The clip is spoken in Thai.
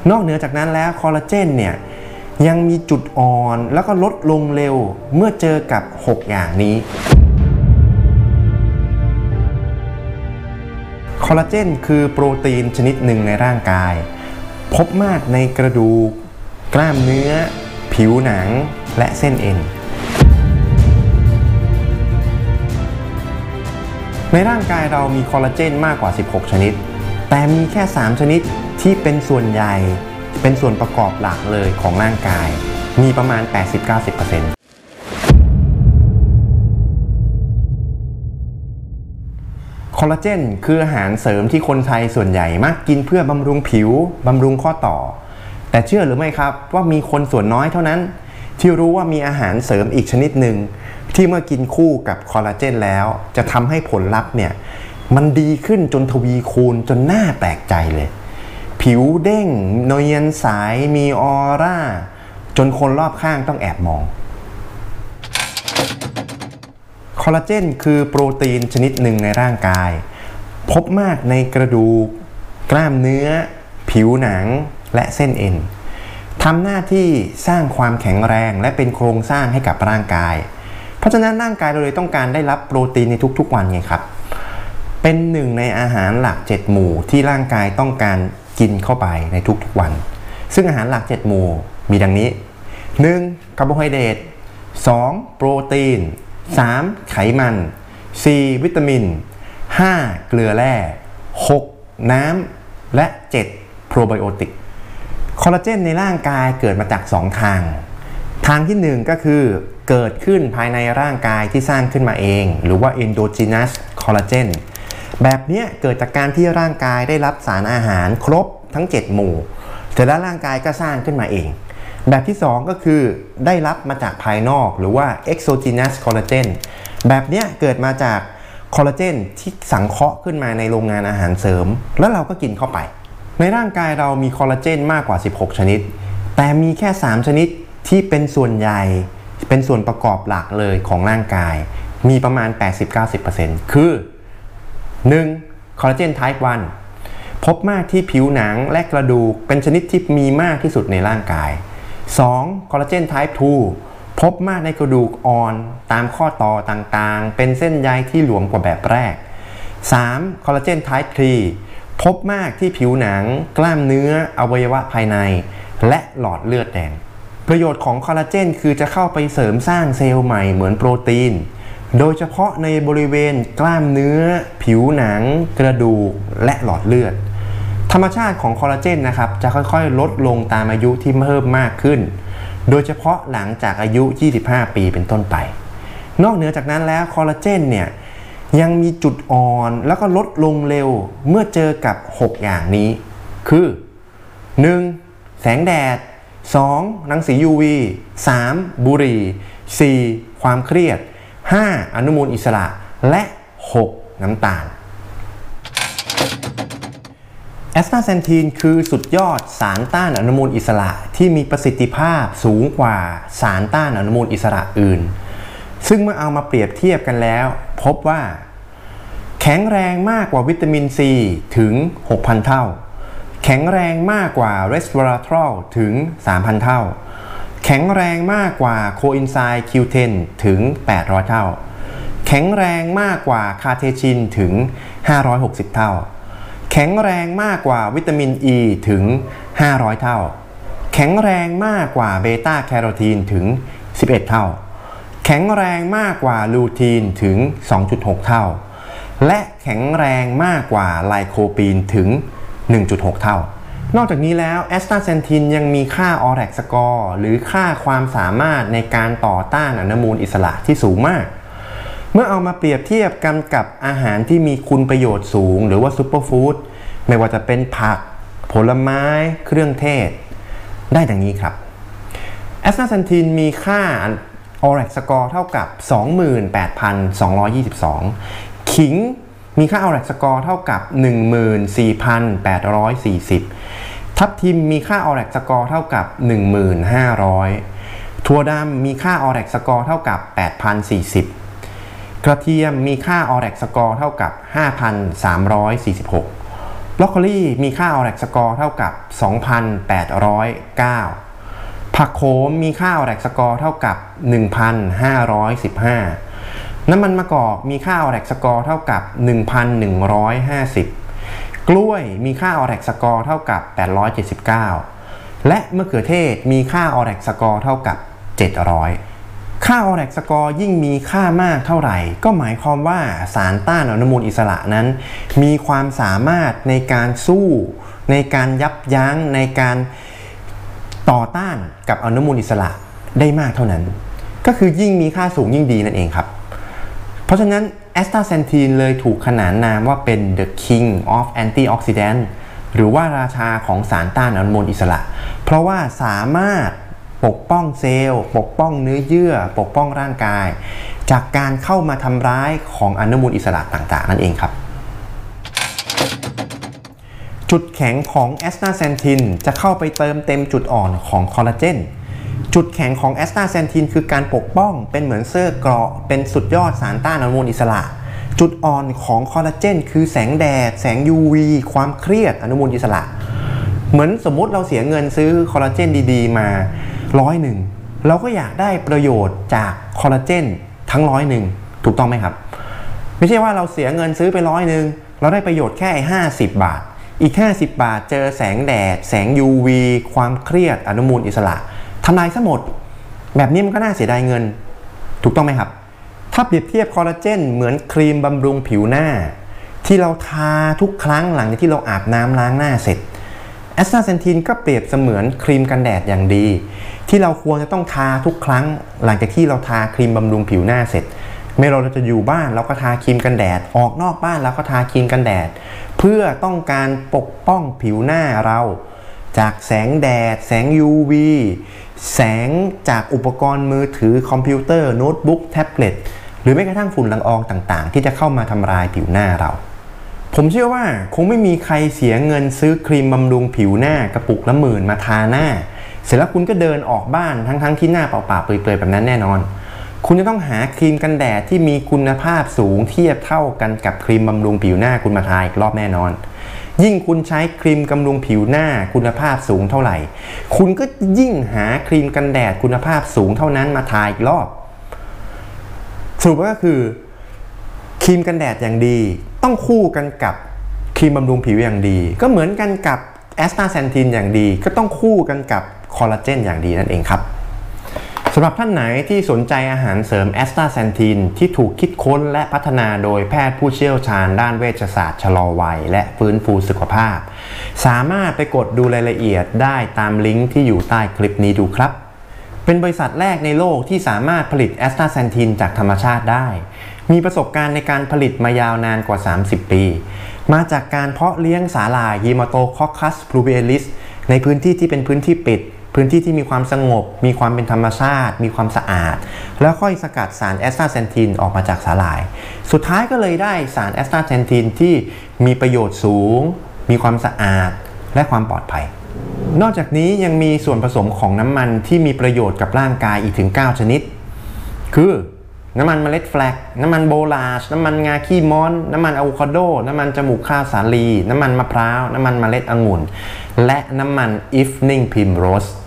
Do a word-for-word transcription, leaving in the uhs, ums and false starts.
นอกเหนือจากนั้นแล้วคอลลาเจนเนี่ยยังมีจุดอ่อนแล้วก็ลดลงเร็วเมื่อเจอกับหกอย่างนี้คอลลาเจนคือโปรตีนชนิดหนึ่งในร่างกายพบมากในกระดูกกล้ามเนื้อผิวหนังและเส้นเอ็นในร่างกายเรามีคอลลาเจนมากกว่าสิบหกชนิดแต่มีแค่สามชนิดที่เป็นส่วนใหญ่เป็นส่วนประกอบหลักเลยของร่างกายมีประมาณ แปดสิบถึงเก้าสิบเปอร์เซ็นต์ คอลลาเจนคืออาหารเสริมที่คนไทยส่วนใหญ่มักกินเพื่อบำรุงผิวบำรุงข้อต่อแต่เชื่อหรือไม่ครับว่ามีคนส่วนน้อยเท่านั้นที่รู้ว่ามีอาหารเสริมอีกชนิดหนึ่งที่เมื่อกินคู่กับคอลลาเจนแล้วจะทำให้ผลลัพธ์เนี่ยมันดีขึ้นจนทวีคูณจนน่าแปลกใจเลยผิวเด้งเนียนใสมีออร่าจนคนรอบข้างต้องแอบมองคอลลาเจนคือโปรตีนชนิดหนึ่งในร่างกายพบมากในกระดูกกล้ามเนื้อผิวหนังและเส้นเอ็นทำหน้าที่สร้างความแข็งแรงและเป็นโครงสร้างให้กับร่างกายเพราะฉะนั้นร่างกายเราเลยต้องการได้รับโปรตีนในทุกๆวันไงครับเป็นหนึ่งในอาหารหลักเจ็ดหมู่ที่ร่างกายต้องการกินเข้าไปในทุกๆวันซึ่งอาหารหลักเจ็ดหมู่มีดังนี้ หนึ่ง คาร์โบไฮเดรต สอง โปรตีน สาม ไขมัน สี่ วิตามิน ห้า เกลือแร่ หก น้ำและเจ็ด โปรไบโอติกคอลลาเจนในร่างกายเกิดมาจากสองทางทางที่หนึ่งก็คือเกิดขึ้นภายในร่างกายที่สร้างขึ้นมาเองหรือว่า endogenous collagen แบบนี้เกิดจากการที่ร่างกายได้รับสารอาหารครบทั้งเจ็ดหมู่เสร็จแล้วร่างกายก็สร้างขึ้นมาเองแบบที่สองก็คือได้รับมาจากภายนอกหรือว่า exogenous collagen แบบนี้เกิดมาจากคอลลาเจนที่สังเคราะห์ขึ้นมาในโรงงานอาหารเสริมแล้วเราก็กินเข้าไปในร่างกายเรามีคอลลาเจนมากกว่าสิบหกชนิดแต่มีแค่สามชนิดที่เป็นส่วนใหญ่เป็นส่วนประกอบหลักเลยของร่างกายมีประมาณ แปดสิบถึงเก้าสิบเปอร์เซ็นต์ คือ หนึ่ง คอลลาเจน ไทป์ วัน พบมากที่ผิวหนังและกระดูกเป็นชนิดที่มีมากที่สุดในร่างกาย สอง คอลลาเจน ไทป์ ทู พบมากในกระดูกอ่อนตามข้อต่อต่างๆเป็นเส้นใยที่หลวมกว่าแบบแรก สาม คอลลาเจน ไทป์ ทรี พบมากที่ผิวหนังกล้ามเนื้ออวัยวะภายในและหลอดเลือดแดงประโยชน์ของคอลลาเจนคือจะเข้าไปเสริมสร้างเซลล์ใหม่เหมือนโปรตีนโดยเฉพาะในบริเวณกล้ามเนื้อผิวหนังกระดูกและหลอดเลือดธรรมชาติของคอลลาเจนนะครับจะค่อยๆลดลงตามอายุที่เพิ่มมากขึ้นโดยเฉพาะหลังจากอายุยี่สิบห้าปีเป็นต้นไปนอกเหนือจากนั้นแล้วคอลลาเจนเนี่ยยังมีจุดอ่อนแล้วก็ลดลงเร็วเมื่อเจอกับหกอย่างนี้คือ หนึ่ง แสงแดด สอง รังสี ยู วี สาม บุหรี่ สี่ ความเครียด ห้า อนุมูลอิสระและ หก น้ำตาลแอสตาเซนทีนคือสุดยอดสารต้านอนุมูลอิสระที่มีประสิทธิภาพสูงกว่าสารต้านอนุมูลอิสระอื่นซึ่งเมื่อเอามาเปรียบเทียบกันแล้วพบว่าแข็งแรงมากกว่าวิตามินซีถึง หกพัน เท่าแข็งแรงมากกว่าเรสเวอราทรอลถึง สามพัน เท่าแข็งแรงมากกว่าโคเอนไซม์ คิว เท็น ถึง แปดร้อย เท่าแข็งแรงมากกว่าคาเทชินถึง ห้าร้อยหกสิบ เท่าแข็งแรงมากกว่าวิตามินอ e ีถึง ห้าร้อย เท่าแข็งแรงมากกว่าเบต้าแคโรทีนถึง สิบเอ็ด เท่าแข็งแรงมากกว่าลูทีนถึง สองจุดหก เท่าและแข็งแรงมากกว่าไลโคปีนถึง หนึ่งจุดหก เท่านอกจากนี้แล้วแอสตาเซนทินยังมีค่าออแร็กสกอร์หรือค่าความสามารถในการต่อต้านอนุมูลอิสระที่สูงมากเมื่อเอามาเปรียบเทียบกันกับอาหารที่มีคุณประโยชน์สูงหรือว่าซูเปอร์ฟู้ดไม่ว่าจะเป็นผักผลไม้เครื่องเทศได้ดังนี้ครับแอสตาเซนทินมีค่าออแร็กสกอร์เท่ากับ สองหมื่นแปดพันสองร้อยยี่สิบสอง ขิงมีค่าออแร็กสกอร์เท่ากับ หนึ่งหมื่นสี่พันแปดร้อยสี่สิบ ทับทิมมีค่าออแร็กสกอร์เท่ากับ หนึ่งหมื่นห้าร้อย ถั่วดำมีค่าออแร็กสกอร์เท่ากับ แปดพันสี่สิบ กระเทียมมีค่าออแร็กสกอร์เท่ากับ ห้าพันสามร้อยสี่สิบหกบรอกโคลีมีค่าออแรกสกอร์เท่ากับ สองพันแปดร้อยเก้า ผักโขมมีค่าออแรกสกอร์เท่ากับ หนึ่งพันห้าร้อยสิบห้า น้ำมันมะกอกมีค่าออแรกสกอร์เท่ากับ หนึ่งพันหนึ่งร้อยห้าสิบ กล้วยมีค่าออแรกสกอร์เท่ากับ แปดร้อยเจ็ดสิบเก้า และมะเขือเทศมีค่าออแรกสกอร์เท่ากับ เจ็ดร้อย ค่าออแรกสกอร์ยิ่งมีค่ามากเท่าไหร่ก็หมายความว่าสารต้านอนุมูลอิสระนั้นมีความสามารถในการสู้ในการยับยั้งในการต่อต้านกับอนุมูลอิสระได้มากเท่านั้นก็คือยิ่งมีค่าสูงยิ่งดีนั่นเองครับเพราะฉะนั้นแอสตาเซนทีนเลยถูกขนานนามว่าเป็น the king of antioxidant หรือว่าราชาของสารต้านอนุมูลอิสระเพราะว่าสามารถปกป้องเซลล์ปกป้องเนื้อเยื่อปกป้องร่างกายจากการเข้ามาทำร้ายของอนุมูลอิสระต่างๆนั่นเองครับจุดแข็งของแอสตาเซนทินจะเข้าไปเติมเต็มจุดอ่อนของคอลลาเจนจุดแข็งของแอสตาเซนทินคือการปกป้องเป็นเหมือนเสื้อเกราะเป็นสุดยอดสารต้านอนุมูลอิสระจุดอ่อนของคอลลาเจนคือแสงแดดแสง ยู วี ความเครียดอนุมูลอิสระเหมือนสมมุติเราเสียเงินซื้อคอลลาเจนดีๆมาร้อยหนึ่งเราก็อยากได้ประโยชน์จากคอลลาเจนทั้งร้อยหนึ่งถูกต้องไหมครับไม่ใช่ว่าเราเสียเงินซื้อไปร้อยหนึ่งเราได้ประโยชน์แค่ห้าสิบบาทอีกห้าสิบบาทเจอแสงแดดแสง ยู วี ความเครียดอนุมูลอิสระทำลายซะหมดแบบนี้มันก็น่าเสียดายเงินถูกต้องไหมครับถ้าเปรียบเทียบคอลลาเจนเหมือนครีมบำรุงผิวหน้าที่เราทาทุกครั้งหลังจากที่เราอาบน้ำล้างหน้าเสร็จแอสตาเซนทินก็เปรียบเสมือนครีมกันแดดอย่างดีที่เราควรจะต้องทาทุกครั้งหลังจากที่เราทาครีมบำรุงผิวหน้าเสร็จไม่เราจะอยู่บ้านเราก็ทาครีมกันแดดออกนอกบ้านเราก็ทาครีมกันแดดเพื่อต้องการปกป้องผิวหน้าเราจากแสงแดดแสง ยู วี แสงจากอุปกรณ์มือถือคอมพิวเตอร์โน้ตบุ๊กแท็บเล็ตหรือแม้กระทั่งฝุ่นละอองต่างๆที่จะเข้ามาทำลายผิวหน้าเราผมเชื่อว่าคงไม่มีใครเสียเงินซื้อครีมบำรุงผิวหน้ากระปุกละหมื่นมาทาหน้าเสร็จแล้วคุณก็เดินออกบ้านทั้งๆที่หน้าเปล่าๆเปลือยๆแบบนั้นแน่นอนคุณจะต้องหาครีมกันแดดที่มีคุณภาพสูงเทียบเท่ากันกับครีมบำรุงผิวหน้าคุณมาทาอีกรอบแน่นอนยิ่งคุณใช้ครีมบำรุงผิวหน้าคุณภาพสูงเท่าไหร่คุณก็ยิ่งหาครีมกันแดดคุณภาพสูงเท่านั้นมาทาอีกรอบสรุปก็คือครีมกันแดดอย่างดีต้องคู่กันกับครีมบำรุงผิวอย่างดีก็เหมือนกันกับแอสตาเซนทินอย่างดีก็ต้องคู่กันกับคอลลาเจนอย่างดีนั่นเองครับสำหรับท่านไหนที่สนใจอาหารเสริมแอสตาเซนทินที่ถูกคิดค้นและพัฒนาโดยแพทย์ผู้เชี่ยวชาญด้านเวชศาสตร์ชะลอวัยและฟื้นฟูสุขภาพสามารถไปกดดูรายละเอียดได้ตามลิงก์ที่อยู่ใต้คลิปนี้ดูครับเป็นบริษัทแรกในโลกที่สามารถผลิตแอสตาเซนทินจากธรรมชาติได้มีประสบการณ์ในการผลิตมายาวนานกว่าสามสิบปีมาจากการเพาะเลี้ยงสาหร่ายฮีมาโตคอคัสพลูเวลิสในพื้นที่ที่เป็นพื้นที่ปิดพื้นที่ที่มีความสงบมีความเป็นธรรมชาติมีความสะอาดแล้วค่อยสกัดสารแอสตาเซนทินออกมาจากสาหร่ายสุดท้ายก็เลยได้สารแอสตาเซนทินที่มีประโยชน์สูงมีความสะอาดและความปลอดภัยนอกจากนี้ยังมีส่วนผสมของน้ำมันที่มีประโยชน์กับร่างกายอีกถึงเก้าชนิดคือน้ำมันเมล็ดแฟลกน้ำมันโบลาชน้ำมันงาขี้ม้อนน้ำมันอะโวคาโดน้ำมันจมูกข้าวสาลีน้ำมันมะพร้าวน้ำมันเมล็ดองุ่นและน้ำมัน Evening Primrose